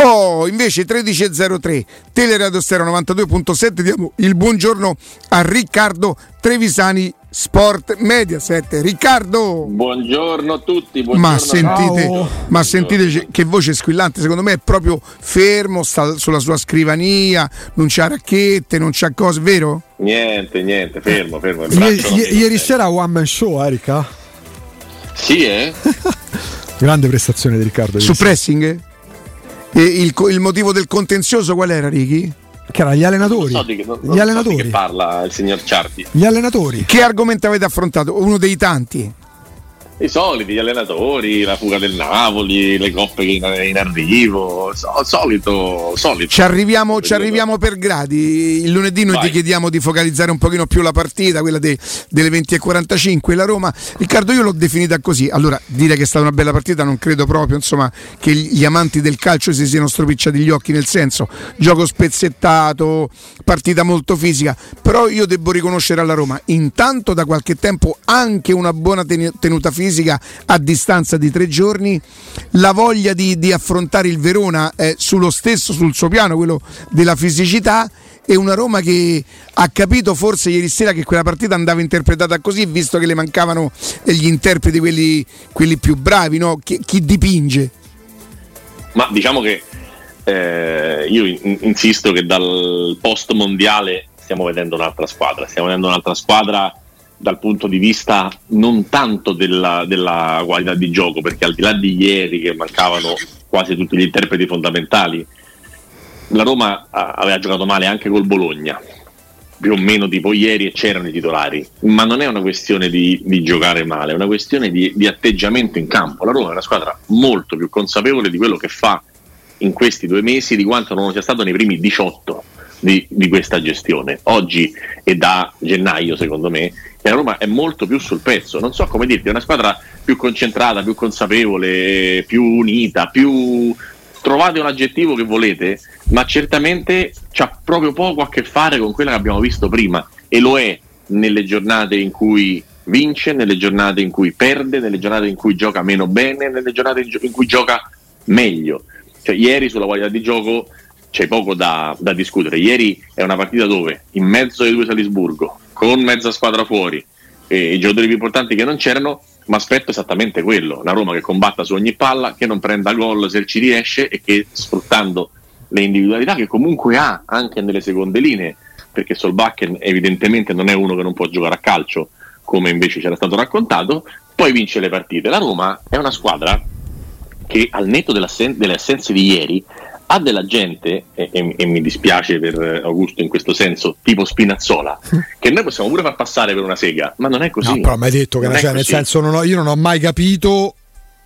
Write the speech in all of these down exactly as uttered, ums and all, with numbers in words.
Oh, invece tredici e zero tre, Teleradio Stereo novantadue virgola sette, diamo il buongiorno a Riccardo Trevisani, Sport Mediaset. Riccardo, buongiorno a tutti. Buongiorno. Ma sentite, Ciao. ma sentite che voce squillante, secondo me è proprio fermo, sta sulla sua scrivania, non c'ha racchette, non c'ha cose, vero? Niente, niente, fermo, fermo. I- i- ieri sera one man show, Erika? Sì, eh? Grande prestazione di Riccardo. Su pressing? E il, il motivo del contenzioso qual era, Ricky? Che era gli allenatori. Non so di che, non, gli non allenatori. So di che parla il signor Ciardi. Gli allenatori. Che argomento avete affrontato? Uno dei tanti. I soliti, gli allenatori, la fuga del Napoli, le coppe in, in arrivo, so, solito, solito. Ci arriviamo, ci arriviamo per gradi. Il lunedì noi Vai. ti chiediamo di focalizzare un pochino più la partita, quella de, delle venti e quarantacinque, la Roma. Riccardo, io l'ho definita così. Allora, dire che è stata una bella partita non credo proprio, insomma, che gli amanti del calcio si siano stropicciati gli occhi, nel senso, gioco spezzettato, partita molto fisica, però io devo riconoscere alla Roma intanto da qualche tempo anche una buona ten- tenuta fisica a distanza di tre giorni, la voglia di, di affrontare il Verona è sullo stesso, sul suo piano, quello della fisicità, e una Roma che ha capito forse ieri sera che quella partita andava interpretata così, visto che le mancavano gli interpreti, quelli, quelli più bravi, no? chi, chi dipinge. Ma diciamo che eh, io in- insisto che dal post mondiale stiamo vedendo un'altra squadra, stiamo vedendo un'altra squadra dal punto di vista non tanto della, della qualità di gioco, perché al di là di ieri che mancavano quasi tutti gli interpreti fondamentali, la Roma aveva giocato male anche col Bologna, più o meno tipo ieri, e c'erano i titolari, ma non è una questione di, di giocare male, è una questione di, di atteggiamento in campo. La Roma è una squadra molto più consapevole di quello che fa in questi due mesi di quanto non sia stato nei primi diciotto di, di questa gestione. Oggi e da gennaio, secondo me, la Roma è molto più sul pezzo, non so come dirti, è una squadra più concentrata, più consapevole, più unita, più... trovate un aggettivo che volete, ma certamente c'ha proprio poco a che fare con quella che abbiamo visto prima, e lo è nelle giornate in cui vince, nelle giornate in cui perde, nelle giornate in cui gioca meno bene, nelle giornate in, gio- in cui gioca meglio. Cioè, ieri sulla qualità di gioco c'è poco da, da discutere. Ieri è una partita dove in mezzo ai due Salisburgo, con mezza squadra fuori e i giocatori più importanti che non c'erano, ma aspetto esattamente quello, una Roma che combatta su ogni palla, che non prenda gol se ci riesce e che, sfruttando le individualità che comunque ha anche nelle seconde linee, perché Solbakken evidentemente non è uno che non può giocare a calcio come invece c'era stato raccontato, poi vince le partite. La Roma è una squadra che, al netto dell'assen- delle assenze di ieri, ha della gente, e, e, e mi dispiace per Augusto in questo senso, tipo Spinazzola, che noi possiamo pure far passare per una sega, ma non è così. No, però mi hai detto che Non cioè, è nel così. senso non ho, io non ho mai capito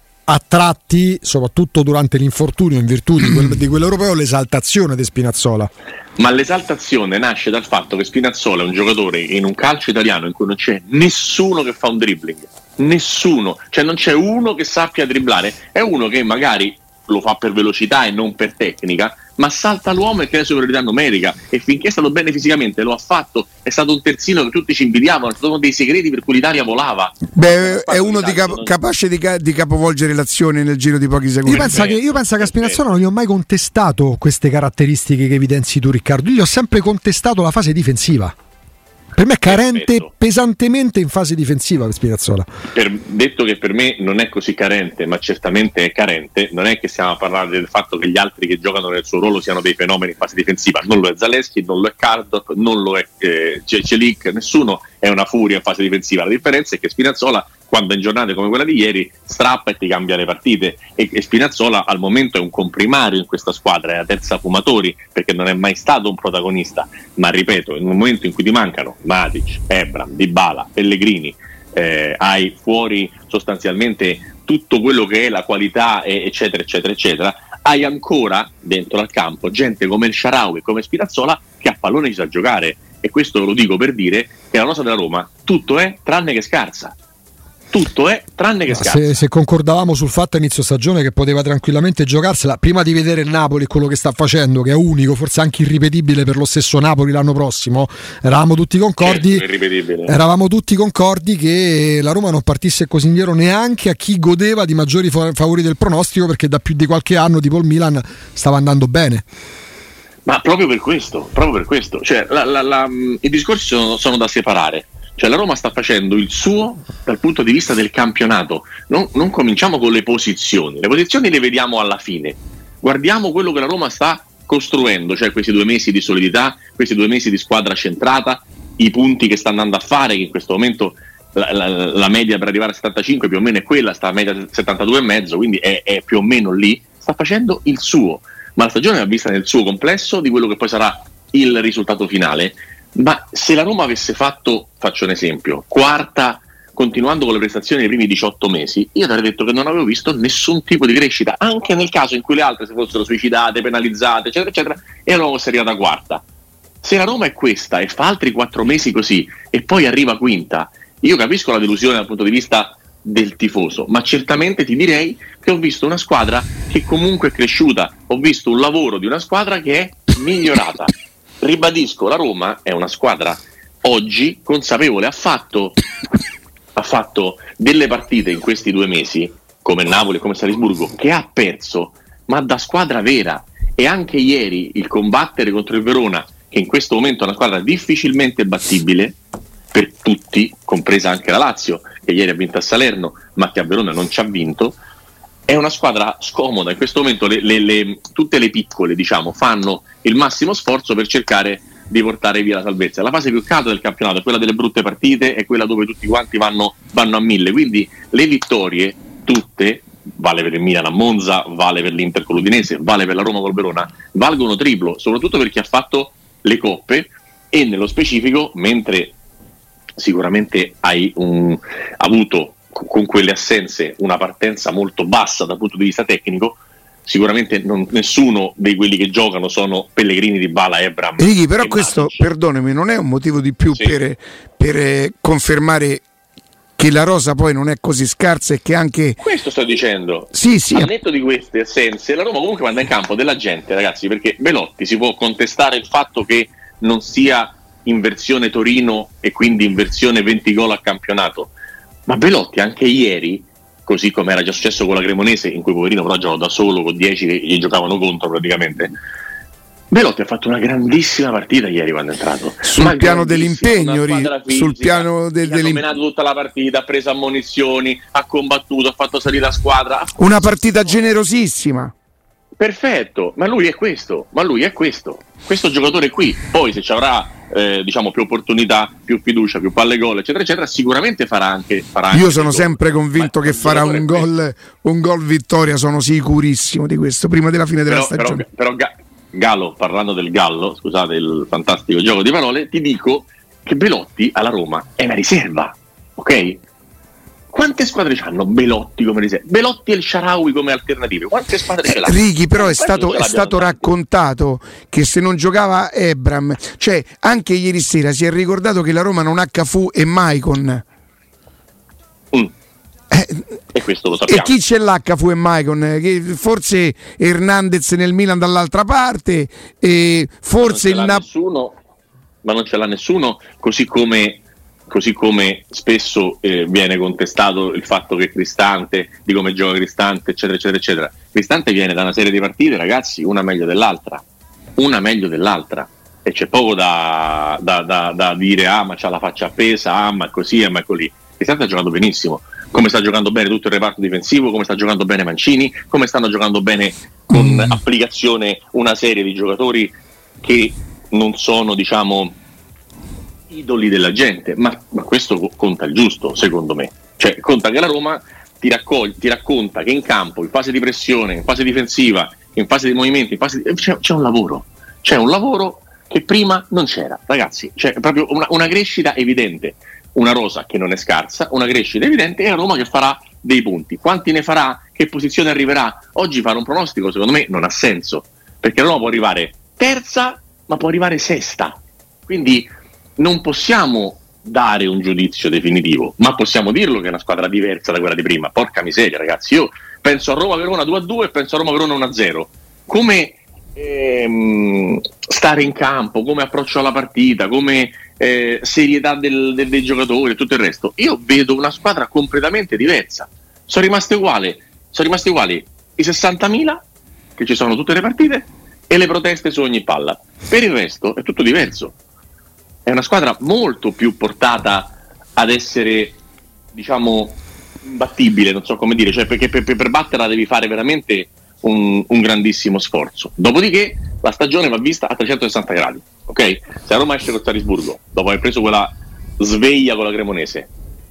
a tratti, soprattutto durante l'infortunio in virtù di, quel, di quell'europeo, l'esaltazione di Spinazzola. Ma l'esaltazione nasce dal fatto che Spinazzola è un giocatore in un calcio italiano in cui non c'è nessuno che fa un dribbling, nessuno, cioè non c'è uno che sappia dribblare, è uno che magari lo fa per velocità e non per tecnica, ma salta l'uomo e crea superiorità numerica, e finché è stato bene fisicamente lo ha fatto, è stato un terzino che tutti ci invidiavano, è stato uno dei segreti per cui l'Italia volava. Beh, è uno di cap- capace di, ca- di capovolgere l'azione nel giro di pochi secondi. Io penso che, io penso che a Spinazzola non gli ho mai contestato queste caratteristiche che evidenzi tu, Riccardo. Io gli ho sempre contestato la fase difensiva. Per me è carente Perfetto. pesantemente in fase difensiva per Spinazzola. Per, detto che per me non è così carente, ma certamente è carente, non è che stiamo a parlare del fatto che gli altri che giocano nel suo ruolo siano dei fenomeni in fase difensiva. Non lo è Zalewski, non lo è Kardorp, non lo è eh, Celik, nessuno è una furia in fase difensiva. La differenza è che Spinazzola, quando in giornate come quella di ieri, strappa e ti cambia le partite, e, e Spinazzola al momento è un comprimario in questa squadra, è la terza fumatori, perché non è mai stato un protagonista, ma ripeto, in un momento in cui ti mancano Matic, Ebram, Dybala, Pellegrini, eh, hai fuori sostanzialmente tutto quello che è la qualità, eh, eccetera eccetera eccetera, hai ancora dentro al campo gente come il Shaarawy, come Spinazzola, che a pallone ci sa giocare, e questo lo dico per dire che la rosa della Roma tutto è tranne che scarsa. tutto è tranne che scarsa. Se, se concordavamo sul fatto a inizio stagione che poteva tranquillamente giocarsela, prima di vedere il Napoli quello che sta facendo, che è unico, forse anche irripetibile per lo stesso Napoli l'anno prossimo, eravamo tutti concordi eravamo tutti concordi che la Roma non partisse così indietro neanche a chi godeva di maggiori favori del pronostico, perché da più di qualche anno tipo il Milan stava andando bene. Ma proprio per questo, proprio per questo, cioè la, la, la, i discorsi sono, sono da separare. Cioè la Roma sta facendo il suo dal punto di vista del campionato. Non, non cominciamo con le posizioni. Le posizioni le vediamo alla fine. Guardiamo quello che la Roma sta costruendo, cioè questi due mesi di solidità, questi due mesi di squadra centrata, i punti che sta andando a fare, che in questo momento la, la, la media per arrivare a settantacinque più o meno è quella, sta a media settantadue e mezzo, quindi è, è più o meno lì. Sta facendo il suo. Ma la stagione va vista nel suo complesso di quello che poi sarà il risultato finale. Ma se la Roma avesse fatto, faccio un esempio, quarta, continuando con le prestazioni dei primi diciotto mesi, io avrei detto che non avevo visto nessun tipo di crescita, anche nel caso in cui le altre si fossero suicidate, penalizzate, eccetera, eccetera, e la Roma fosse arrivata quarta. Se la Roma è questa e fa altri quattro mesi così e poi arriva quinta, io capisco la delusione dal punto di vista del tifoso, ma certamente ti direi che ho visto una squadra che comunque è cresciuta, ho visto un lavoro di una squadra che è migliorata. Ribadisco, la Roma è una squadra oggi consapevole, ha fatto, ha fatto delle partite in questi due mesi, come Napoli e come Salisburgo, che ha perso, ma da squadra vera. E anche ieri il combattere contro il Verona, che in questo momento è una squadra difficilmente battibile per tutti, compresa anche la Lazio, che ieri ha vinto a Salerno, ma che a Verona non ci ha vinto, è una squadra scomoda. In questo momento le, le, le, tutte le piccole, diciamo, fanno il massimo sforzo per cercare di portare via la salvezza. La fase più calda del campionato è quella delle brutte partite, è quella dove tutti quanti vanno, vanno a mille, quindi le vittorie tutte, vale per il Milan a Monza, vale per l'Inter con l'Udinese, vale per la Roma col Verona, valgono triplo, soprattutto per chi ha fatto le coppe e nello specifico, mentre sicuramente hai un, avuto con quelle assenze una partenza molto bassa dal punto di vista tecnico, sicuramente non, nessuno dei quelli che giocano sono Pellegrini, Dybala, Ebram. Righi, però questo, Matic. Perdonami, non è un motivo di più sì. per, per eh, confermare che la rosa poi non è così scarsa e che anche... Questo sto dicendo. Sì, sì. Al netto di queste assenze, la Roma comunque manda in campo della gente, ragazzi, perché Belotti si può contestare il fatto che non sia in versione Torino e quindi in versione venti gol a campionato, ma Belotti anche ieri, così come era già successo con la Cremonese, in cui poverino però giocava da solo con dieci che gli giocavano contro praticamente, Belotti ha fatto una grandissima partita ieri quando è entrato. Sul ma piano dell'impegno, fisica, sul piano del, ha dominato tutta la partita, ha preso ammonizioni, ha combattuto, ha fatto salire la squadra. Una partita generosissima. Perfetto, ma lui è questo, ma lui è questo. Questo giocatore qui, poi se ci avrà eh, diciamo più opportunità, più fiducia, più palle gol, eccetera, eccetera, sicuramente farà anche farà Io anche sono sempre gol. convinto ma che farà un gol, un gol vittoria, sono sicurissimo di questo, prima della fine della però, stagione. Però, però Gallo, parlando del Gallo, scusate il fantastico gioco di parole, ti dico che Belotti alla Roma è una riserva, ok? Quante squadre hanno Belotti come riserva? Belotti e il Shaarawy come alternative? Quante squadre ce l'ha? Eh, Righi, però è stato, è stato raccontato che se non giocava Ebram, cioè anche ieri sera si è ricordato che la Roma non ha Cafu e Maicon. Mm. Eh, e questo lo sappiamo. E chi ce l'ha Cafu e Maicon? Che forse Hernandez nel Milan dall'altra parte, e forse il Nap- nessuno, ma non ce l'ha nessuno, così come così come spesso eh, viene contestato il fatto che Cristante, di come gioca Cristante, eccetera, eccetera, eccetera. Cristante viene da una serie di partite, ragazzi, una meglio dell'altra, una meglio dell'altra, e c'è poco da, da, da, da dire, ah ma c'ha la faccia appesa, ah ma è così, ah ma è così. Cristante sta giocando benissimo, come sta giocando bene tutto il reparto difensivo, come sta giocando bene Mancini, come stanno giocando bene con mm. applicazione una serie di giocatori che non sono, diciamo, idoli della gente, ma, ma questo conta il giusto, secondo me. Cioè conta che la Roma ti, raccoglie, ti racconta che in campo, in fase di pressione, in fase difensiva, in fase di movimenti, in fase di... C'è, c'è un lavoro, c'è un lavoro che prima non c'era, ragazzi, c'è proprio una, una crescita evidente, una rosa che non è scarsa, una crescita evidente, e la Roma che farà dei punti. Quanti ne farà? Che posizione arriverà? Oggi fare un pronostico secondo me non ha senso, perché la Roma può arrivare terza, ma può arrivare sesta, quindi non possiamo dare un giudizio definitivo, ma possiamo dirlo che è una squadra diversa da quella di prima. Porca miseria, ragazzi, io penso a Roma-Verona due a due e penso a Roma-Verona uno a zero. Come ehm, stare in campo, come approccio alla partita, come eh, serietà del, del, dei giocatori e tutto il resto. Io vedo una squadra completamente diversa. Sono rimaste uguali, sono rimasti uguali i sessantamila che ci sono tutte le partite e le proteste su ogni palla. Per il resto è tutto diverso. È una squadra molto più portata ad essere, diciamo, imbattibile, non so come dire, cioè perché per, per batterla devi fare veramente un, un grandissimo sforzo. Dopodiché la stagione va vista a trecentosessanta gradi, ok? Se la Roma esce con Salisburgo, dopo aver preso quella sveglia con la Cremonese,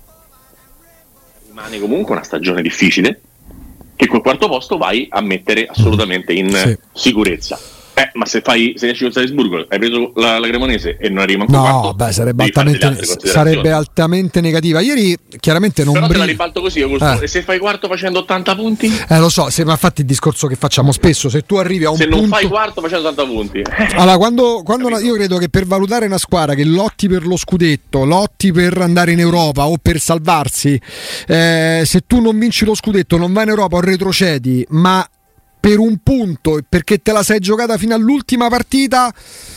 rimane comunque una stagione difficile che col quarto posto vai a mettere assolutamente in sì. sicurezza. Eh, ma se fai se esci con Salisburgo hai preso la, la Cremonese e non arriva ancora no, beh, sarebbe altamente, sarebbe altamente negativa. Ieri chiaramente non però bri- te la ribalto così, Augusto. Eh. E se fai quarto facendo ottanta punti? Eh lo so, se, ma infatti il discorso che facciamo spesso, se tu arrivi a un se punto... non fai quarto facendo ottanta punti. Allora, quando, quando una, io credo che per valutare una squadra che lotti per lo scudetto, lotti per andare in Europa o per salvarsi, eh, se tu non vinci lo scudetto, non vai in Europa o retrocedi, ma per un punto, perché te la sei giocata fino all'ultima partita,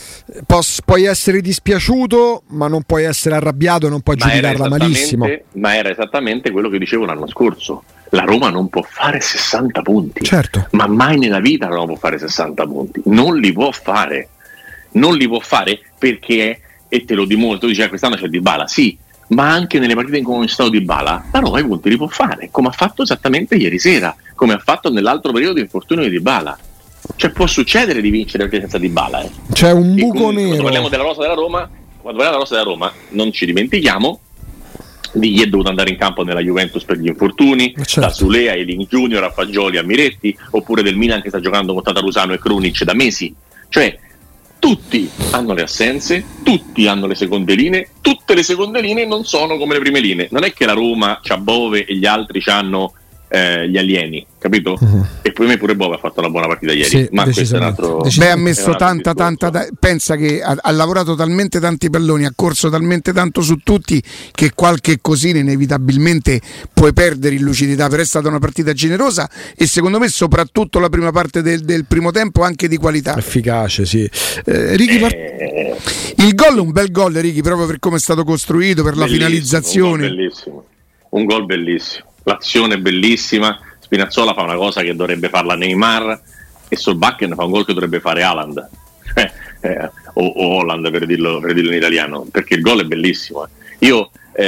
pos- puoi essere dispiaciuto, ma non puoi essere arrabbiato e non puoi ma giudicarla malissimo. Ma era esattamente quello che dicevo l'anno scorso. La Roma non può fare sessanta punti, certo. Ma mai nella vita la Roma può fare sessanta punti, non li può fare, non li può fare perché, e te lo dimostro, dice quest'anno c'è Dybala, sì, ma anche nelle partite in cui non c'è stato Dybala la Roma i punti li può fare, come ha fatto esattamente ieri sera, come ha fatto nell'altro periodo di infortunio di Dybala. Cioè può succedere di vincere anche senza Dybala, eh. C'è un buco comunque, nero. Quando parliamo della rosa della Roma, quando parliamo della rosa della Roma, non ci dimentichiamo di chi è dovuto andare in campo nella Juventus per gli infortuni, certo. Da Sule a Elin Junior a Fagioli a Miretti, oppure del Milan che sta giocando con Tatarusano e Krunic da mesi. Cioè tutti hanno le assenze, tutti hanno le seconde linee, tutte le seconde linee non sono come le prime linee. Non è che la Roma c'ha Bove e gli altri c'hanno eh, gli alieni, capito? Uh-huh. E per me pure Bove ha fatto una buona partita ieri, sì, ma questo è un altro. Beh, ha messo tanta tanta ta- pensa che ha, ha lavorato talmente tanti palloni, ha corso talmente tanto su tutti che qualche cosina inevitabilmente puoi perdere in lucidità, però è stata una partita generosa e secondo me soprattutto la prima parte del, del primo tempo anche di qualità. Efficace, sì. Eh, Ricky, part- eh... il gol è un bel gol, Ricky, proprio per come è stato costruito, per bellissimo, la finalizzazione. Un gol bellissimo. Un gol bellissimo. L'azione è bellissima. Spinazzola fa una cosa che dovrebbe farla Neymar e Solbakken fa un gol che dovrebbe fare Haaland eh, eh, o, o Holland per dirlo, per dirlo in italiano, perché il gol è bellissimo. Io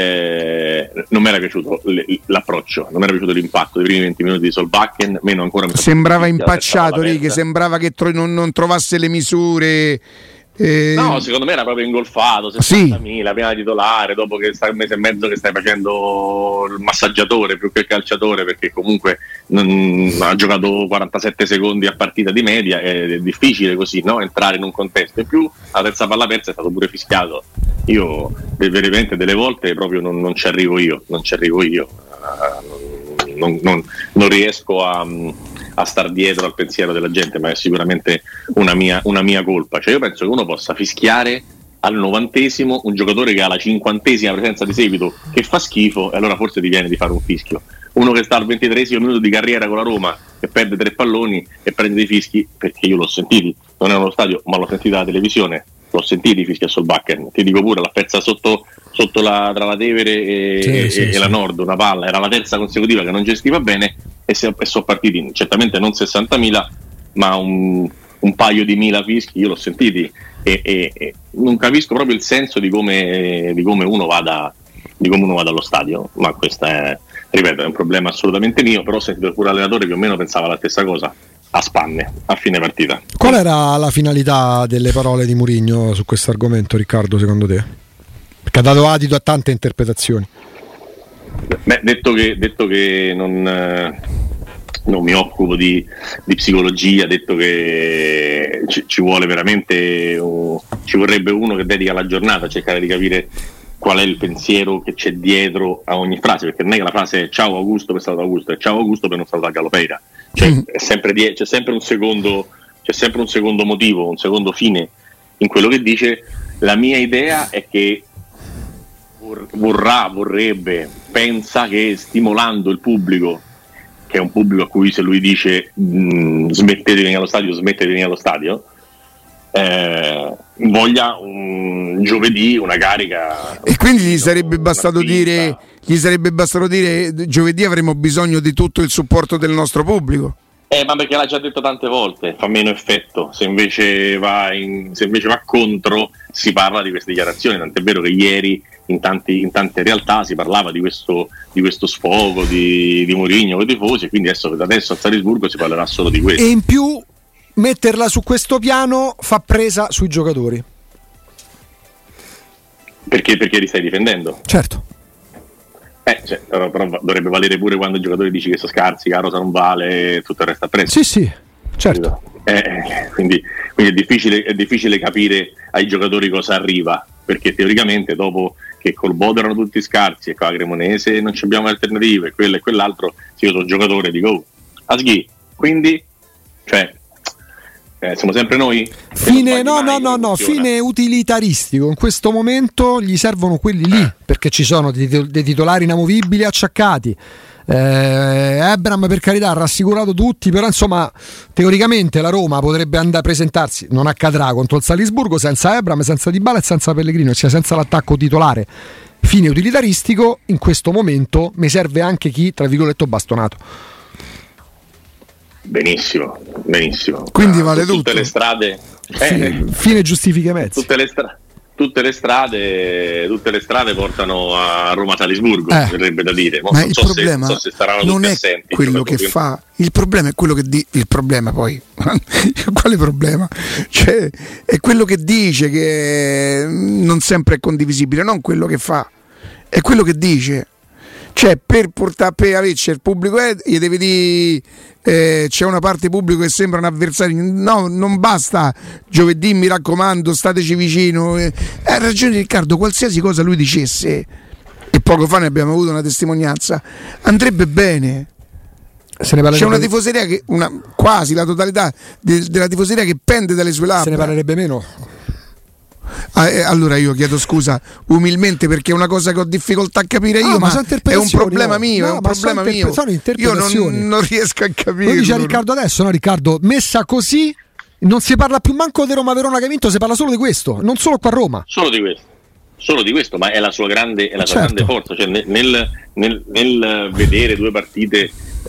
eh, non mi era piaciuto l'approccio, non mi era piaciuto l'impatto dei primi venti minuti di Solbakken, meno ancora mi sembrava impacciato lì, che sembrava che tro- non, non trovasse le misure. Eh... No, secondo me era proprio ingolfato, sessantamila, sì. Prima titolare, dopo che sta un mese e mezzo che stai facendo il massaggiatore più che il calciatore, perché comunque non, ha giocato quarantasette secondi a partita di media, è difficile così, no? Entrare in un contesto. In più la terza palla persa è stato pure fischiato. Io veramente delle volte proprio non, non ci arrivo io, non ci arrivo io, non, non, non riesco a a star dietro al pensiero della gente, ma è sicuramente una mia, una mia colpa. Cioè io penso che uno possa fischiare al novantesimo un giocatore che ha la cinquantesima presenza di seguito che fa schifo, e allora forse ti viene di fare un fischio. Uno che sta al ventitreesimo minuto di carriera con la Roma che perde tre palloni e prende dei fischi, perché io l'ho sentiti, non ero allo stadio ma l'ho sentito alla televisione, l'ho sentito i fischi a Solbakken, ti dico pure, l'ha persa sotto, sotto la, tra la Tevere e, sì, e, sì, e sì. la Nord, una palla, era la terza consecutiva che non gestiva bene e, se, e sono partiti certamente non sessantamila ma un, un paio di mila fischi, io l'ho sentiti e, e, e non capisco proprio il senso di come, di come uno vada di come uno vada allo stadio, ma questo è, ripeto, è un problema assolutamente mio, però ho sentito pure l'allenatore più o meno pensava la stessa cosa a spanne, a fine partita. Qual era la finalità delle parole di Mourinho su questo argomento, Riccardo, secondo te? Perché ha dato adito a tante interpretazioni. Beh, detto che, detto che non, eh, non mi occupo di, di psicologia, detto che ci, ci vuole veramente, uh, ci vorrebbe uno che dedica la giornata a cercare di capire qual è il pensiero che c'è dietro a ogni frase, perché non è che la frase è ciao Augusto per salutare Augusto, è ciao Augusto per non salutare Galopeira, cioè mm. è sempre die- c'è sempre un secondo c'è sempre un secondo motivo, un secondo fine in quello che dice. La mia idea è che vorrà, vorrebbe, pensa che stimolando il pubblico, che è un pubblico a cui se lui dice mh, smettete di venire allo stadio, smettete di venire allo stadio, eh, voglia un giovedì una carica. E quindi gli sarebbe bastato dire, gli sarebbe bastato dire giovedì avremo bisogno di tutto il supporto del nostro pubblico. Eh, ma perché l'ha già detto tante volte, fa meno effetto. Se invece va in, se invece va contro, si parla di queste dichiarazioni. Tant'è vero che ieri in, tanti, in tante realtà si parlava di questo, di questo sfogo di, di Mourinho con i tifosi, e quindi adesso, adesso a Salisburgo si parlerà solo di questo. E in più metterla su questo piano fa presa sui giocatori. Perché, perché li stai difendendo? Certo. Eh, cioè, però, però dovrebbe valere pure quando i giocatori dici che sono scarsi, che Rosa non vale, tutto il resto appresso. Sì, sì, certo. Eh, quindi quindi è, difficile, è difficile capire ai giocatori cosa arriva, perché teoricamente dopo che col Bodo erano tutti scarsi e con la Cremonese non abbiamo alternative, quello e quell'altro, se io sono giocatore dico oh, Asghi, quindi cioè eh, siamo sempre noi? Fine, no, no, no, no, fine utilitaristico. In questo momento gli servono quelli lì, perché ci sono dei, dei titolari inamovibili acciaccati. Eh, Ebram per carità ha rassicurato tutti, però insomma teoricamente la Roma potrebbe andare a presentarsi, non accadrà, contro il Salisburgo senza Ebram, senza Dybala e senza Pellegrino, cioè senza l'attacco titolare. Fine utilitaristico. In questo momento mi serve anche chi, tra virgolette, bastonato. Benissimo, benissimo. Quindi vale tutte tutto. Le strade, fine, eh, fine giustifica i mezzi. Tutte le, stra- tutte le strade, tutte le strade portano a Roma Salisburgo, eh, verrebbe da dire. Ma, ma non il so problema se, non, so se saranno non tutti è assenti, quello che più. fa. Il problema è quello che di- il problema poi quale problema? Cioè, è quello che dice, che non sempre è condivisibile, non quello che fa, è quello che dice. Cioè, per portare per averci il pubblico, eh, gli devi dire eh, c'è una parte pubblico che sembra un avversario. No, non basta giovedì, mi raccomando, stateci vicino. Eh, ha ragione Riccardo, qualsiasi cosa lui dicesse, e poco fa ne abbiamo avuto una testimonianza, andrebbe bene. Se ne C'è una tifoseria che una, quasi la totalità de, della tifoseria che pende dalle sue labbra. Se ne parlerebbe meno. Ah, eh, allora io chiedo scusa umilmente, perché è una cosa che ho difficoltà a capire io, ah, ma, ma è un problema mio, no, è un problema mio. Io non, non riesco a capire. Lo dice Riccardo adesso, no Riccardo? Messa così non si parla più manco di Roma Verona che ha vinto, si parla solo di questo, non solo qua a Roma. Solo di questo. Solo di questo, ma è la sua grande, è la sua certo. grande forza, cioè nel, nel, nel, nel vedere due partite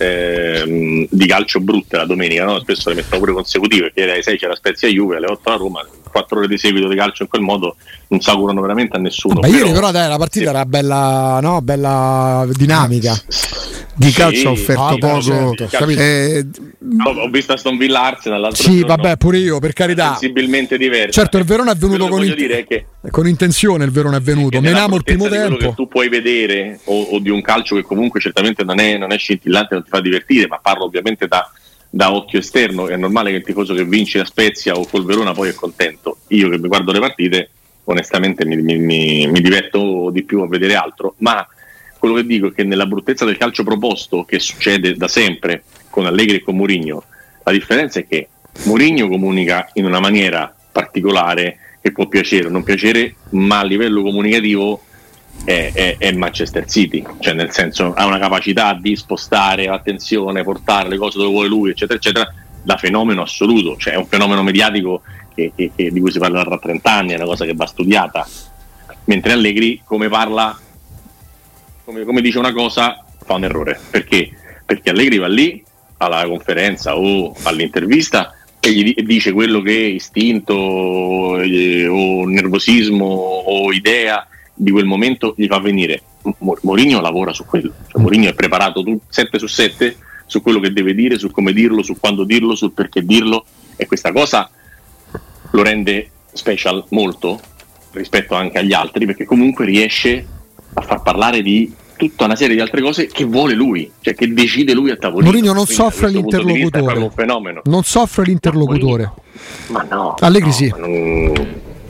ehm, di calcio brutte la domenica, no? Spesso le mettono pure consecutive, perché alle sei c'è la Spezia Juve, alle otto la Roma, quattro ore di seguito di calcio in quel modo non si augurano veramente a nessuno. Ma ieri però dai, la partita sì. era bella, no? Bella dinamica. Di calcio sì, ha offerto ah, poco, certo, eh, ho, ho visto Aston Villa Arsenal l'altro sì, giorno, vabbè, pure io, per carità, sensibilmente diverso. Certo, il Verona è venuto con, int- dire che con intenzione, il Verona è venuto, menamo il primo tempo. Quello che tu puoi vedere o, o di un calcio che comunque certamente non è, non è scintillante, non ti fa divertire, ma parlo ovviamente da, da occhio esterno. È normale che il tifoso che vince la Spezia o col Verona poi è contento. Io che mi guardo le partite onestamente mi, mi, mi, mi diverto di più a vedere altro, ma quello che dico è che nella bruttezza del calcio proposto, che succede da sempre con Allegri e con Mourinho, la differenza è che Mourinho comunica in una maniera particolare che può piacere o non piacere, ma a livello comunicativo è, è, è Manchester City, cioè nel senso ha una capacità di spostare l'attenzione, portare le cose dove vuole lui, eccetera eccetera, da fenomeno assoluto, cioè è un fenomeno mediatico che, che, che, di cui si parla da trenta anni, è una cosa che va studiata, mentre Allegri come parla, come, come dice una cosa, fa un errore. Perché? Perché Allegri va lì alla conferenza o all'intervista e gli dice quello che istinto eh, o nervosismo o idea di quel momento gli fa venire. Mourinho lavora su quello, cioè, Mourinho è preparato sette su sette su quello che deve dire, su come dirlo, su quando dirlo, sul perché dirlo, e questa cosa lo rende special molto rispetto anche agli altri, perché comunque riesce a far parlare di tutta una serie di altre cose che vuole lui, cioè che decide lui a tavolino. Mourinho non soffre l'interlocutore, un fenomeno. Non soffre l'interlocutore. No, ma no. Allegri no, sì. Non...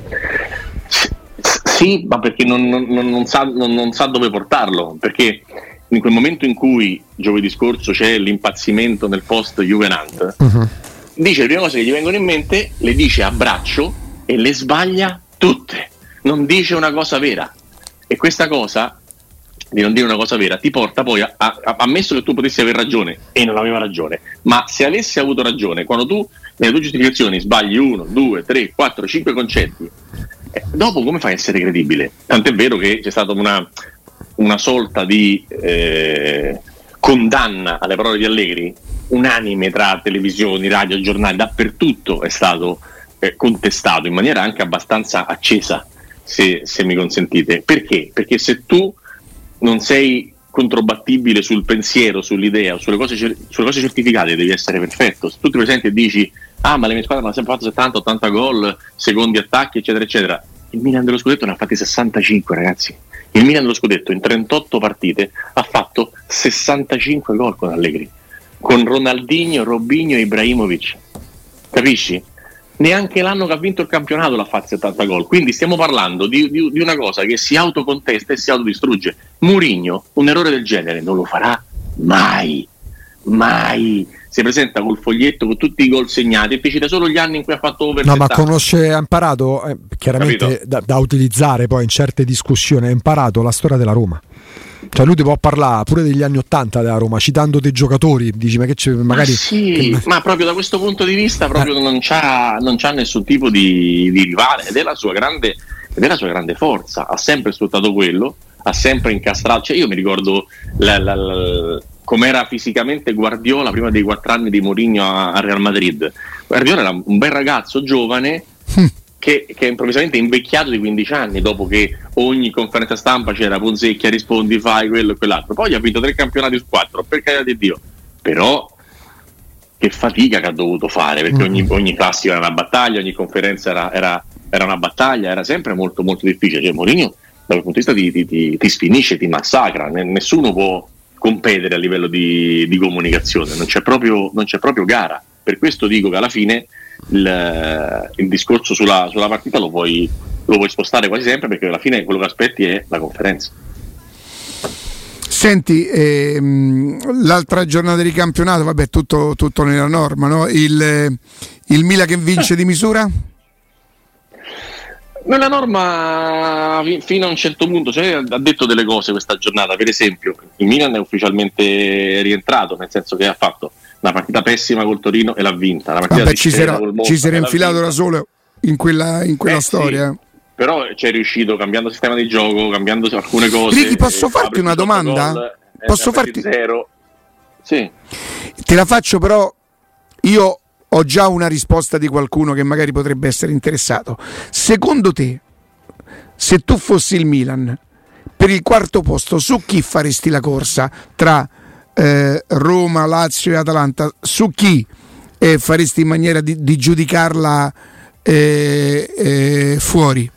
Sì, ma perché non, non, non, sa, non, non sa dove portarlo, perché in quel momento in cui giovedì scorso c'è l'impazzimento nel post Juvenant, uh-huh. dice le prime cose che gli vengono in mente, le dice a braccio e le sbaglia tutte, non dice una cosa vera. E questa cosa, di non dire una cosa vera, ti porta poi a, a, a ammesso che tu potessi aver ragione, e non aveva ragione, ma se avessi avuto ragione, quando tu nelle tue giustificazioni sbagli uno, due, tre, quattro, cinque concetti, eh, dopo come fai a essere credibile? Tant'è vero che c'è stata una, una sorta di eh, condanna alle parole di Allegri, unanime tra televisioni, radio, giornali, dappertutto è stato eh, contestato in maniera anche abbastanza accesa, se, se mi consentite. Perché? Perché se tu non sei controbattibile sul pensiero, sull'idea, sulle cose, sulle cose certificate, devi essere perfetto. Se tu ti presenti e dici ah ma le mie squadre hanno sempre fatto settanta ottanta gol, secondi attacchi eccetera eccetera, il Milan dello scudetto ne ha fatti sessantacinque, ragazzi. Il Milan dello scudetto in trentotto partite ha fatto sessantacinque gol con Allegri, con Ronaldinho, Robinho e Ibrahimovic, capisci? Neanche l'anno che ha vinto il campionato l'ha fatto settanta gol, quindi stiamo parlando di, di, di una cosa che si autocontesta e si autodistrugge. Mourinho un errore del genere non lo farà mai, mai. Si presenta col foglietto con tutti i gol segnati e ti cita solo gli anni in cui ha fatto over no settanta. Ma conosce, ha imparato eh, chiaramente da, da utilizzare poi in certe discussioni, ha imparato la storia della Roma. Cioè lui ti può parlare pure degli anni ottanta della Roma, citando dei giocatori, dici ma che c'è magari... Ma sì, che... ma proprio da questo punto di vista proprio eh. non c'ha, non c'ha nessun tipo di, di rivale, ed è la sua grande, ed è la sua grande forza. Ha sempre sfruttato quello, ha sempre incastrato. Cioè io mi ricordo la, la, la, com'era fisicamente Guardiola prima dei quattro anni di Mourinho a, a Real Madrid. Guardiola era un bel ragazzo giovane Che, che è improvvisamente invecchiato di quindici anni, dopo che ogni conferenza stampa c'era Ponzecchia, rispondi, fai quello e quell'altro. Poi ha vinto tre campionati su quattro, per carità di Dio, però che fatica che ha dovuto fare, perché ogni, ogni classica era una battaglia, ogni conferenza era, era, era una battaglia, era sempre molto molto difficile. Cioè Mourinho dal punto di vista ti, ti, ti, ti sfinisce, ti massacra, nessuno può competere a livello di, di comunicazione, non c'è proprio, non c'è proprio gara. Per questo dico che alla fine il, il discorso sulla, sulla partita lo puoi, lo puoi spostare quasi sempre, perché alla fine quello che aspetti è la conferenza. Senti, ehm, l'altra giornata di campionato, vabbè, tutto, tutto nella norma, no? Il, il Milan che vince di misura? Nella norma fino a un certo punto, cioè, ha detto delle cose questa giornata. Per esempio il Milan è ufficialmente rientrato, nel senso che ha fatto una partita pessima col Torino e l'ha vinta. La partita Vabbè, ci si era, ci si era infilato vinta. da solo in quella, in quella eh, storia. Sì, però ci è riuscito cambiando sistema di gioco, cambiando alcune cose. Ricky, posso farti una domanda? Gol, posso farti zero. Sì. Te la faccio, però io ho già una risposta di qualcuno che magari potrebbe essere interessato. Secondo te, se tu fossi il Milan per il quarto posto, su chi faresti la corsa tra eh, Roma, Lazio e Atalanta? Su chi eh, faresti in maniera di, di giudicarla eh, eh, fuori?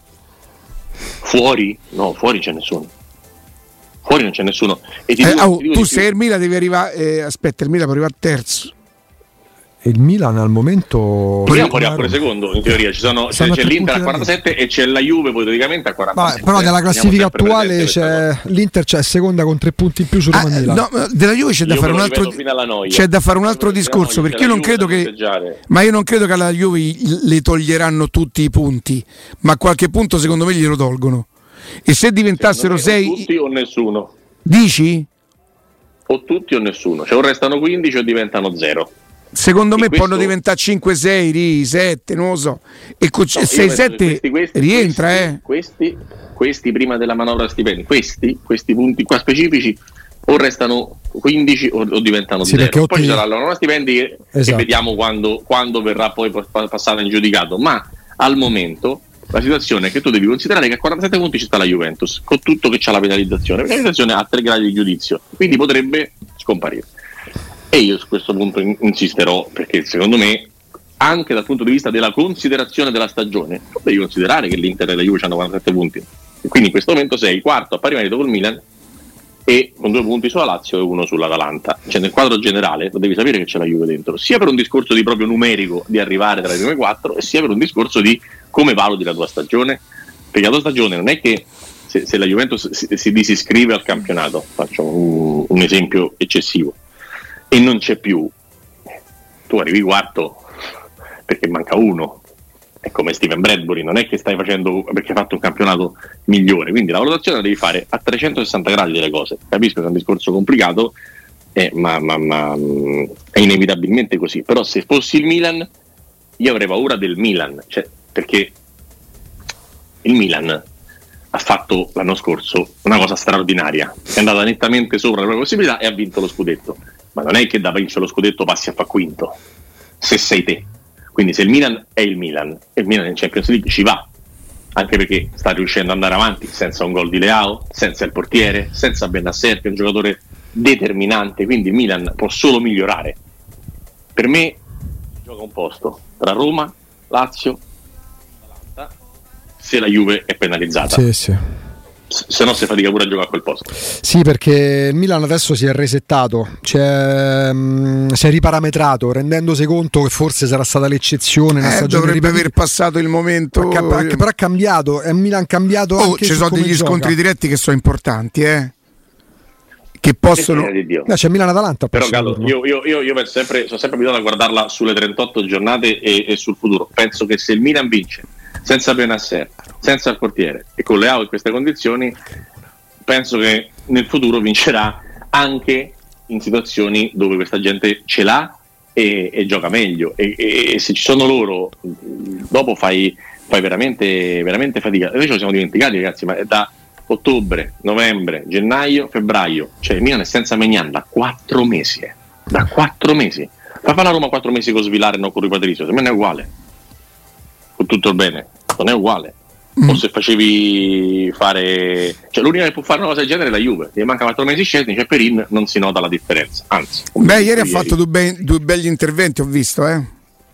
Fuori? No, fuori c'è nessuno. Fuori non c'è nessuno. E ti eh, dico, oh, ti dico tu di sei il Milan, devi arrivare. Eh, aspetta, il Milan può arrivare terzo. Il Milan al momento Prima può arrivare pure secondo, in teoria. Ci sono, c'è, c'è l'Inter a quarantasette e c'è la Juve poi teoricamente a quarantasette. Vabbè, però nella classifica attuale c'è l'Inter c'è seconda con tre punti in più su Roma e ah, Milan. No, della Juve c'è da io fare un altro c'è da fare un altro discorso, perché io non credo che ma io non credo che alla Juve le toglieranno tutti i punti, ma a qualche punto secondo me glielo tolgono. E se diventassero sei, tutti o nessuno. Dici? O tutti o nessuno, cioè o restano quindici o diventano zero. Secondo me questo... possono diventare cinque sei, sette, non lo so. E con no, sei sette rientra, questi, eh. Questi, questi prima della manovra stipendi, questi, questi punti qua specifici o restano quindici o, o diventano sì, zero. Poi otti... ci sarà la manovra stipendi che, esatto. che vediamo quando, quando verrà poi passata in giudicato, ma al momento la situazione è che tu devi considerare che a quarantasette punti ci sta la Juventus, con tutto che c'ha la penalizzazione. La penalizzazione ha tre gradi di giudizio, quindi potrebbe scomparire. E io su questo punto insisterò, perché secondo me, anche dal punto di vista della considerazione della stagione, tu devi considerare che l'Inter e la Juve hanno quarantasette punti. E quindi in questo momento sei quarto a pari merito col Milan e con due punti sulla Lazio e uno sull'Atalanta. Cioè nel quadro generale devi sapere che c'è la Juve dentro, sia per un discorso di proprio numerico di arrivare tra le prime quattro, e sia per un discorso di come valuti la tua stagione. Perché la tua stagione non è che se, se la Juventus si, si disiscrive al campionato, faccio un, un esempio eccessivo, e non c'è più, tu arrivi quarto perché manca uno, è come Steven Bradbury, non è che stai facendo perché hai fatto un campionato migliore, quindi la valutazione la devi fare a trecentosessanta gradi delle cose. Capisco che è un discorso complicato, eh, ma, ma, ma è inevitabilmente così. Però se fossi il Milan io avrei paura del Milan, cioè, perché il Milan ha fatto l'anno scorso una cosa straordinaria, è andata nettamente sopra le proprie possibilità e ha vinto lo scudetto, ma non è che da vincere lo scudetto passi a fa quinto se sei te. Quindi se il Milan è il Milan e il Milan in Champions League ci va, anche perché sta riuscendo ad andare avanti senza un gol di Leao, senza il portiere, senza Bennacer che è un giocatore determinante, quindi il Milan può solo migliorare. Per me gioca un posto tra Roma, Lazio, Atalanta, se la Juve è penalizzata. Sì, sì. Se no si fatica pure a giocare a quel posto. Sì, perché il Milan adesso si è resettato, cioè, mh, si è riparametrato, rendendosi conto che forse sarà stata l'eccezione. Eh, dovrebbe ripet- aver passato il momento. Ca- però ha cambiato, è un Milan cambiato. Oh, anche ci sono degli gioca. Scontri diretti che sono importanti, eh. Che possono. No, c'è Milan-Atalanta. Però Gallo, io, io, io, io sempre, sono sempre abituato a guardarla sulle trentotto giornate e, e sul futuro. Penso che se il Milan vince senza Bennacer, senza il portiere e con Leao in queste condizioni, penso che nel futuro vincerà anche in situazioni dove questa gente ce l'ha e, e gioca meglio e, e, e se ci sono loro dopo fai, fai veramente, veramente fatica. Noi ce lo siamo dimenticati, ragazzi, ma è da ottobre, novembre, gennaio, febbraio, cioè il Milan è senza Maignan da quattro mesi eh. da quattro mesi fa fare la Roma quattro mesi con Svilare e non con Rui Patricio, se me ne è uguale, con tutto il bene, non è uguale. Mm. O se facevi fare, cioè l'unica che può fare una cosa del genere è la Juve, gli manca quattro mesi scesi, cioè Perin non si nota la differenza, anzi. Beh, ieri ha fatto due, be- due begli interventi, ho visto, eh.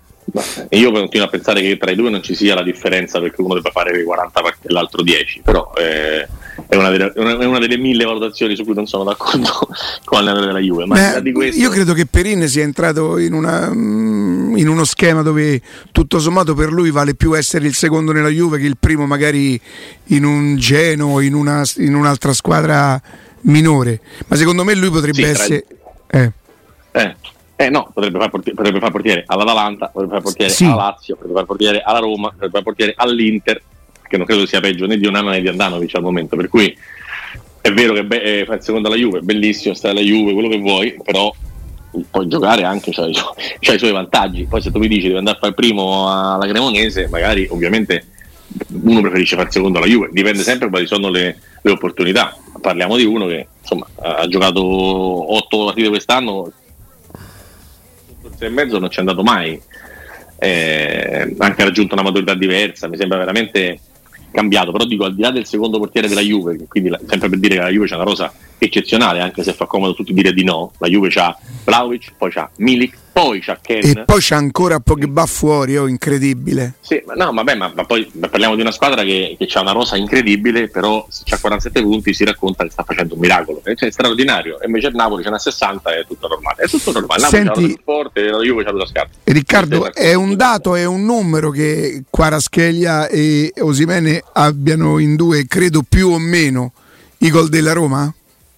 E io continuo a pensare che tra i due non ci sia la differenza perché uno debba fare quaranta partite e l'altro dieci, però eh, è, una delle, è una delle mille valutazioni su cui non sono d'accordo con l'allenatore della Juve. Ma Beh, di questo... io credo che Perin sia entrato in, una, in uno schema dove tutto sommato per lui vale più essere il secondo nella Juve che il primo magari in un Genoa o in, una, in un'altra squadra minore, ma secondo me lui potrebbe sì, essere tra... eh. Eh. Eh no, potrebbe fare portiere, potrebbe fare portiere all'Atalanta, potrebbe fare portiere sì. alla Lazio, potrebbe fare portiere alla Roma, potrebbe fare portiere all'Inter, che non credo sia peggio né di Onana né di Andanovic al momento, per cui è vero che be- fa il secondo alla Juve, bellissimo stare alla Juve, quello che vuoi, però puoi giocare anche, c'ha, c'ha i suoi vantaggi. Poi se tu mi dici devi andare a fare il primo alla Cremonese, magari ovviamente uno preferisce fare il secondo alla Juve, dipende sempre quali sono le, le opportunità. Parliamo di uno che insomma ha giocato otto partite quest'anno, e mezzo non c'è andato mai, eh, anche ha raggiunto una maturità diversa, mi sembra veramente cambiato. Però dico, al di là del secondo portiere della Juve, quindi la, sempre per dire che la Juve c'ha una rosa eccezionale, anche se fa comodo tutti dire di no, la Juve c'ha Vlahovic, poi c'ha Milik, poi c'ha Ken e poi c'ha ancora Pogba fuori, oh, incredibile. Sì, ma no, vabbè, ma, ma poi parliamo di una squadra che, che c'ha una rosa incredibile, però se c'ha quarantasette punti si racconta che sta facendo un miracolo, cioè, è straordinario, e invece il Napoli ce n'ha sessanta, è tutto normale, è tutto normale. Napoli Senti, c'ha più forte, la Juve c'ha la scarpa. Riccardo, è un dato, è un numero che Kvaratskhelia e Osimhen abbiano in due, credo più o meno, i gol della Roma?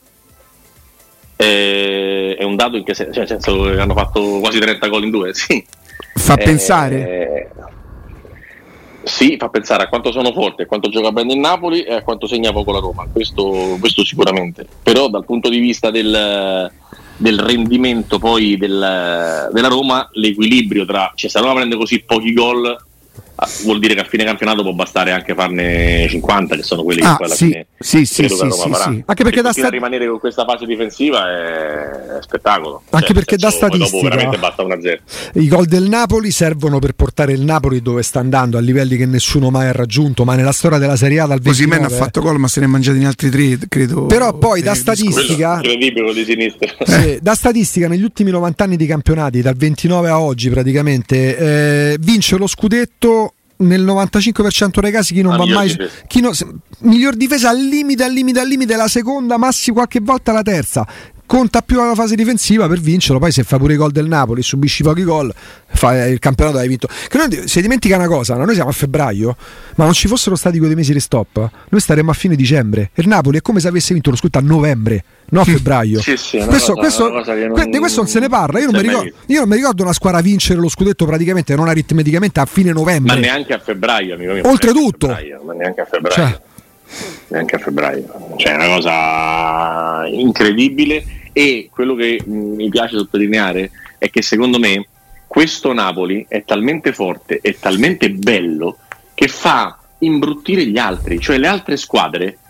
Eh, è un dato in che senso? Cioè, nel senso che hanno fatto quasi trenta gol in due, sì. Fa eh, pensare? Sì, fa pensare a quanto sono forti, a quanto gioca bene il Napoli e a quanto segna poco la Roma, questo, questo sicuramente. Però dal punto di vista del, del rendimento poi del, della Roma, l'equilibrio tra, cioè se la Roma prende così pochi gol, vuol dire che a fine campionato può bastare anche farne cinquanta, che sono quelli ah, che poi alla sì, fine sì, sì, credo sì, che la Roma sì, farà. Sì. Anche perché da sta... rimanere con questa fase difensiva è, è spettacolo. Anche cioè, perché da senso, statistica dopo veramente basta uno a zero. I gol del Napoli servono per portare il Napoli dove sta andando, a livelli che nessuno mai ha raggiunto, ma nella storia della Serie A dal ventinove. Osimhen ha fatto gol, ma se ne è mangiati in altri tre, credo. Però poi da statistica incredibile di sinistra. Sì, da statistica negli ultimi novanta anni di campionati, dal ventinove a oggi praticamente, eh, vince lo scudetto nel novantacinque per cento dei casi chi non ah, va mai chi no, miglior difesa al limite al limite al limite la seconda, massimo qualche volta la terza. conta più la fase difensiva per vincerlo. Poi se fa pure i gol del Napoli, subisci pochi gol, fai il campionato, hai vinto. Che noi, si dimentica una cosa, no? Noi siamo a febbraio, ma non ci fossero stati quei mesi di stop, noi staremmo a fine dicembre. Il Napoli è come se avesse vinto lo scudetto a novembre, no a febbraio. Sì, sì, questo, cosa, questo, non... di questo non se ne parla. Io non, mi ricordo, io non mi ricordo una squadra vincere lo scudetto praticamente non aritmeticamente a fine novembre. Ma neanche a febbraio, amico mio. Oltretutto, ma neanche a febbraio. Cioè. Neanche a febbraio. Cioè, è una cosa incredibile. E quello che mi piace sottolineare è che secondo me questo Napoli è talmente forte e talmente bello che fa imbruttire gli altri, cioè le altre squadre,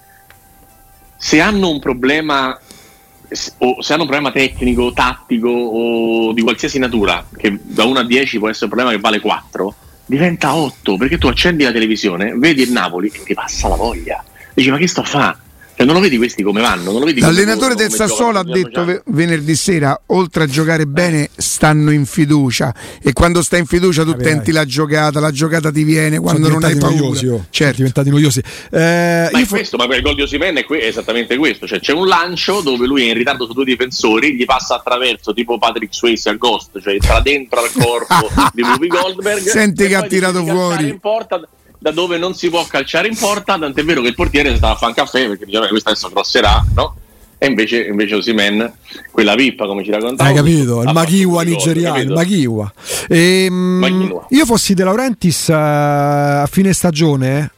se hanno un problema o se hanno un problema tecnico, tattico o di qualsiasi natura, che da uno a dieci può essere un problema che vale quattro, diventa otto, perché tu accendi la televisione, vedi il Napoli e ti passa la voglia, dici ma che sto a fa'? Cioè, non lo vedi questi come vanno? Non lo vedi L'allenatore come del Sassuolo ha detto ve- venerdì sera, oltre a giocare bene, stanno in fiducia, e quando stai in fiducia tu Capirai. tenti la giocata, la giocata ti viene quando non hai paura. Noiosi, oh. Certo. Sono diventati noiosi. Eh, ma io è questo, ma il gol di Osimhen è, que- è esattamente questo, cioè c'è un lancio dove lui è in ritardo su due difensori, gli passa attraverso tipo Patrick Swayze a Ghost, cioè entra dentro al corpo di Whoopi Goldberg. Senti che ha tirato fuori in porta da dove non si può calciare in porta, tant'è vero che il portiere stava a fare un caffè perché diceva questa adesso crosserà, no? E invece, invece Osimhen, quella vippa come ci raccontava, hai capito? Il Maghiwa nigeriano, il Maghiwa. Ehm, io fossi De Laurentiis uh, a fine stagione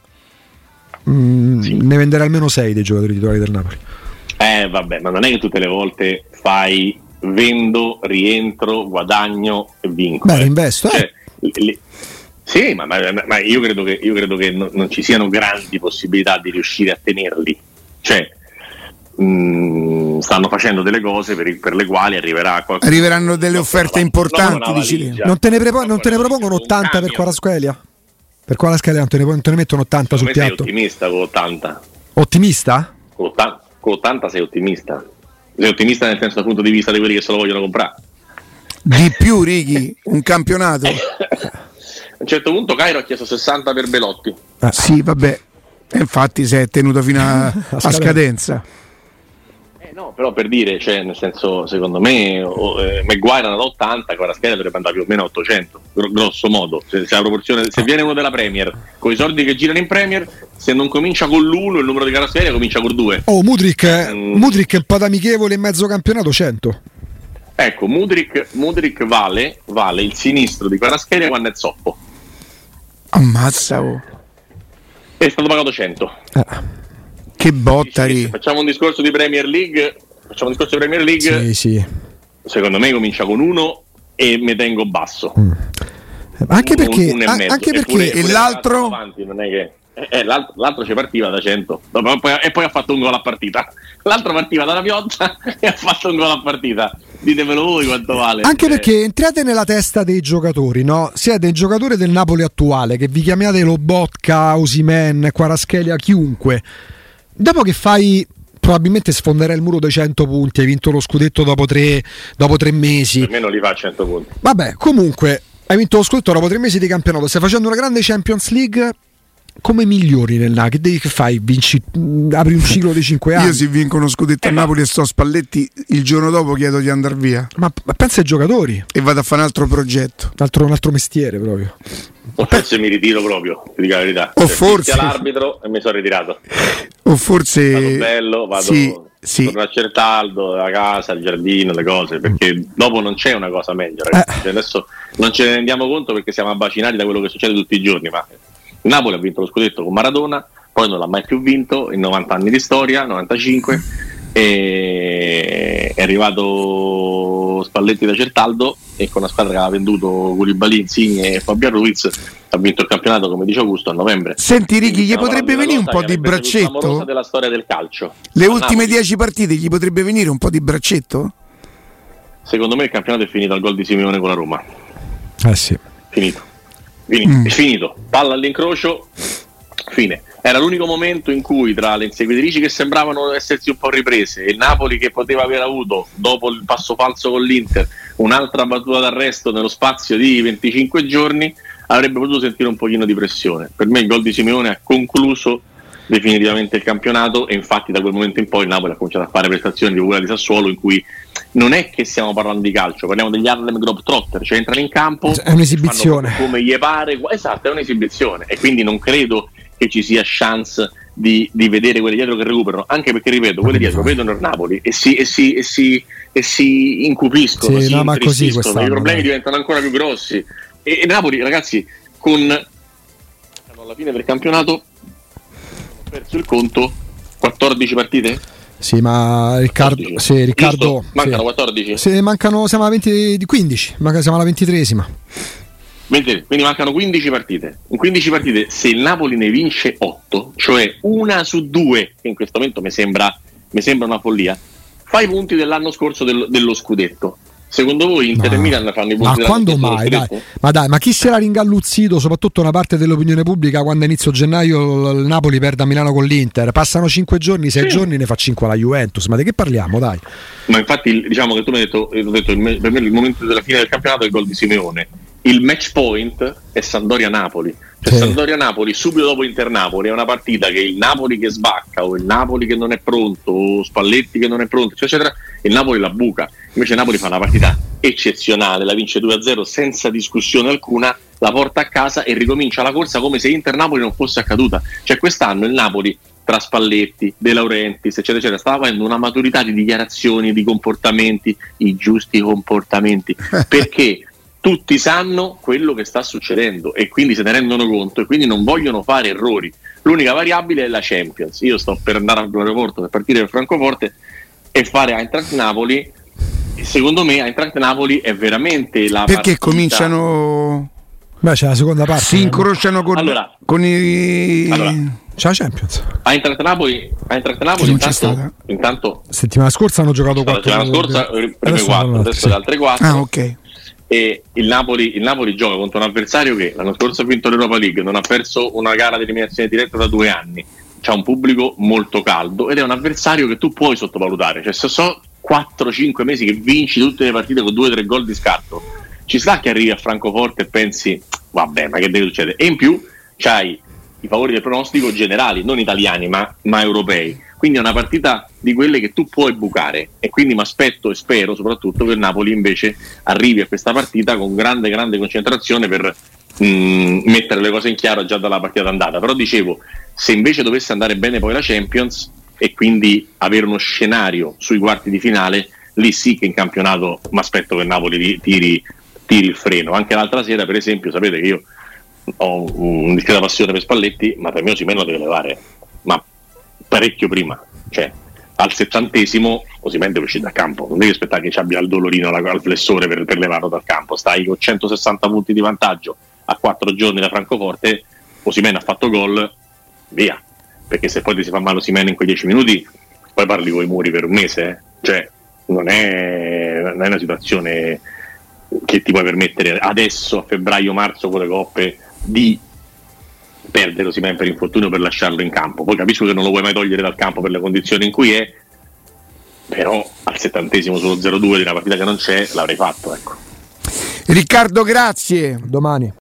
mh, sì. ne venderei almeno sei dei giocatori titolari del Napoli. Eh vabbè, ma non è che tutte le volte fai vendo, rientro, guadagno e vinco. Beh, investo, eh. Cioè, li, Sì, ma, ma, ma io credo che, io credo che non, non ci siano grandi possibilità di riuscire a tenerli. Cioè, mh, stanno facendo delle cose per, per le quali arriverà qualcuno. Arriveranno delle offerte no, importanti, no, dici. Non te ne, prepo- non te ne propongono ottanta per Kvaratskhelia? Per Kvaratskhelia non te ne, non te ne mettono ottanta sul piatto? Sei ottimista con ottanta? Ottimista? Con ottanta, con ottanta sei ottimista. Sei ottimista nel senso dal punto di vista di quelli che se lo vogliono comprare. Di più, Righi, un campionato. A un certo punto Cairo ha chiesto sessanta per Belotti. Ah, sì, vabbè. E infatti si è tenuto fino a, a scadenza. Eh no, però per dire, cioè, nel senso, secondo me oh, eh, Maguire era da ottanta, Kvaratskhelia dovrebbe andare più o meno a ottocento, grosso modo. Se, se la proporzione, se viene uno della Premier, con i soldi che girano in Premier, se non comincia con l'uno, il numero di Kvaratskhelia comincia col due. Oh, Mudryk, mm. Mudryk è un po' da amichevole in mezzo campionato, cento. Ecco, Mudryk, Mudryk vale, vale il sinistro di Kvaratskhelia quando è zoppo. Ammazza, oh. È stato pagato cento. Ah. Che botta, Ri. Facciamo un discorso di Premier League. Facciamo un discorso di Premier League. Sì, sì. Secondo me comincia con uno e mi tengo basso. Mm. Anche perché, un, un e a- mezzo. anche perché pure, e pure l'altro avanti, non è che eh, l'altro, l'altro ci partiva da cento dopo, poi, e poi ha fatto un gol a partita. L'altro partiva dalla pioggia e ha fatto un gol a partita. Ditemelo voi quanto vale. Anche eh. perché entrate nella testa dei giocatori, no? Siete il giocatore del Napoli attuale, che vi chiamiate Lobotka, Osimhen, Kvaratskhelia, chiunque. Dopo che fai, probabilmente sfonderai il muro dei cento punti, hai vinto lo scudetto dopo tre, dopo tre mesi. Per me non li fa cento punti. Vabbè, comunque hai vinto lo scudetto dopo tre mesi di campionato, stai facendo una grande Champions League. Come migliori nel Napoli? Che devi, che fai? Vinci, apri un ciclo di cinque anni. Io se vinco uno scudetto a Napoli e sto a Spalletti, il giorno dopo chiedo di andare via. Ma, ma pensa ai giocatori. E vado a fare un altro progetto. Un altro, un altro mestiere proprio. O forse mi ritiro proprio, ti dico la verità. O cioè, forse l'arbitro e mi sono ritirato. O forse vado bello, vado sì, sì. torno a Certaldo, la casa, il giardino, le cose, perché dopo non c'è una cosa meglio, ragazzi. Eh. Cioè, adesso non ce ne rendiamo conto perché siamo abbacinati da quello che succede tutti i giorni, ma il Napoli ha vinto lo scudetto con Maradona, poi non l'ha mai più vinto in novanta anni di storia, novantacinque, e è arrivato Spalletti da Certaldo e con una squadra che aveva venduto Koulibaly, Insigne e Fabian Ruiz ha vinto il campionato, come dice Augusto, a novembre. Senti Righi, gli potrebbe venire un po' di braccetto? Della storia del calcio. Le ultime dieci partite gli potrebbe venire un po' di braccetto? Secondo me il campionato è finito al gol di Simeone con la Roma. Eh sì. Finito. Finito. Mm. È finito. Palla all'incrocio, fine. Era l'unico momento in cui tra le inseguitrici che sembravano essersi un po' riprese e il Napoli che poteva aver avuto, dopo il passo falso con l'Inter, un'altra battuta d'arresto nello spazio di venticinque giorni, avrebbe potuto sentire un pochino di pressione. Per me il gol di Simeone ha concluso definitivamente il campionato, e infatti da quel momento in poi il Napoli ha cominciato a fare prestazioni di quella di Sassuolo, in cui non è che stiamo parlando di calcio, parliamo degli Harlem Globetrotter, cioè entrano in campo, è un'esibizione come gli pare, esatto, è un'esibizione, e quindi non credo che ci sia chance di, di vedere quelli dietro che recuperano, anche perché ripeto, quelli dietro vedono il Napoli e si, e si, e si, e si incupiscono, sì, si no, ma così i problemi dai. diventano ancora più grossi, e, e Napoli, ragazzi, con alla fine del campionato hanno perso il conto quattordici partite. Sì, ma Riccardo, sì, Riccardo mancano sì. quattordici. Sì, mancano, siamo alla venti, quindici, siamo alla ventitreesima. Quindi mancano quindici partite. In quindici partite, se il Napoli ne vince otto, cioè una su due, che in questo momento mi sembra, mi sembra una follia, fa i punti dell'anno scorso del, dello scudetto. Secondo voi Inter e Milan fanno i punti? Ma quando mai? Dai. Ma dai, ma chi si era ringalluzzito, soprattutto una parte dell'opinione pubblica, quando a inizio gennaio il Napoli perde a Milano con l'Inter? Passano cinque giorni, sei sì. giorni, ne fa cinque alla Juventus. Ma di che parliamo, dai? Ma infatti, diciamo che tu mi hai detto, ho detto il, per me il momento della fine del campionato è il gol di Simeone. Il match point è Sampdoria-Napoli. Cioè, sì. Sampdoria-Napoli subito dopo Inter-Napoli è una partita che il Napoli che sbacca, o il Napoli che non è pronto, o Spalletti che non è pronto, eccetera, eccetera, il Napoli la buca. Invece Napoli fa una partita eccezionale, la vince due a zero senza discussione alcuna, la porta a casa e ricomincia la corsa come se Inter-Napoli non fosse accaduta. Cioè quest'anno il Napoli, tra Spalletti, De Laurentiis, eccetera, eccetera, stava avendo una maturità di dichiarazioni, di comportamenti, i giusti comportamenti, perché tutti sanno quello che sta succedendo e quindi se ne rendono conto e quindi non vogliono fare errori. L'unica variabile è la Champions. Io sto per andare all'aeroporto per partire per Francoforte e fare Eintracht Napoli, e secondo me Eintracht Napoli è veramente la perché partita... cominciano beh c'è la seconda parte, si incrociano con, allora, con i allora, c'è la Champions. Eintracht Napoli, Eintracht Napoli intanto, intanto settimana scorsa hanno giocato quattro, settimana scorsa prime quattro, adesso le altre quattro. Ah, ok. E il Napoli, il Napoli gioca contro un avversario che l'anno scorso ha vinto l'Europa League, non ha perso una gara di eliminazione diretta da due anni, c'ha un pubblico molto caldo ed è un avversario che tu puoi sottovalutare. Cioè se so quattro cinque mesi che vinci tutte le partite con due tre gol di scarto, ci sta che arrivi a Francoforte e pensi vabbè, ma che deve succedere? E in più c'hai i favori del pronostico generali, non italiani ma, ma europei, quindi è una partita di quelle che tu puoi bucare, e quindi mi aspetto e spero soprattutto che il Napoli invece arrivi a questa partita con grande grande concentrazione per mh, mettere le cose in chiaro già dalla partita d'andata. Però dicevo, se invece dovesse andare bene poi la Champions e quindi avere uno scenario sui quarti di finale, lì sì che in campionato mi aspetto che il Napoli tiri, tiri il freno. Anche l'altra sera per esempio, sapete che io ho un discreta passione per Spalletti, ma per me Osimhen lo deve levare, ma parecchio prima, cioè al settantesimo Osimhen deve uscire dal campo, non devi aspettare che ci abbia il dolorino al flessore per, per levarlo dal campo. Stai con centosessanta punti di vantaggio a quattro giorni da Francoforte, Osimhen ha fatto gol, via, perché se poi ti si fa male Osimhen in quei dieci minuti poi parli con i muri per un mese, eh? Cioè non è, non è una situazione che ti puoi permettere adesso a febbraio-marzo con le coppe di perdere Osimhen per infortunio, per lasciarlo in campo. Poi capisco che non lo vuoi mai togliere dal campo per le condizioni in cui è, però al settantesimo sullo zero due di una partita che non c'è l'avrei fatto, ecco. Riccardo, grazie. Domani.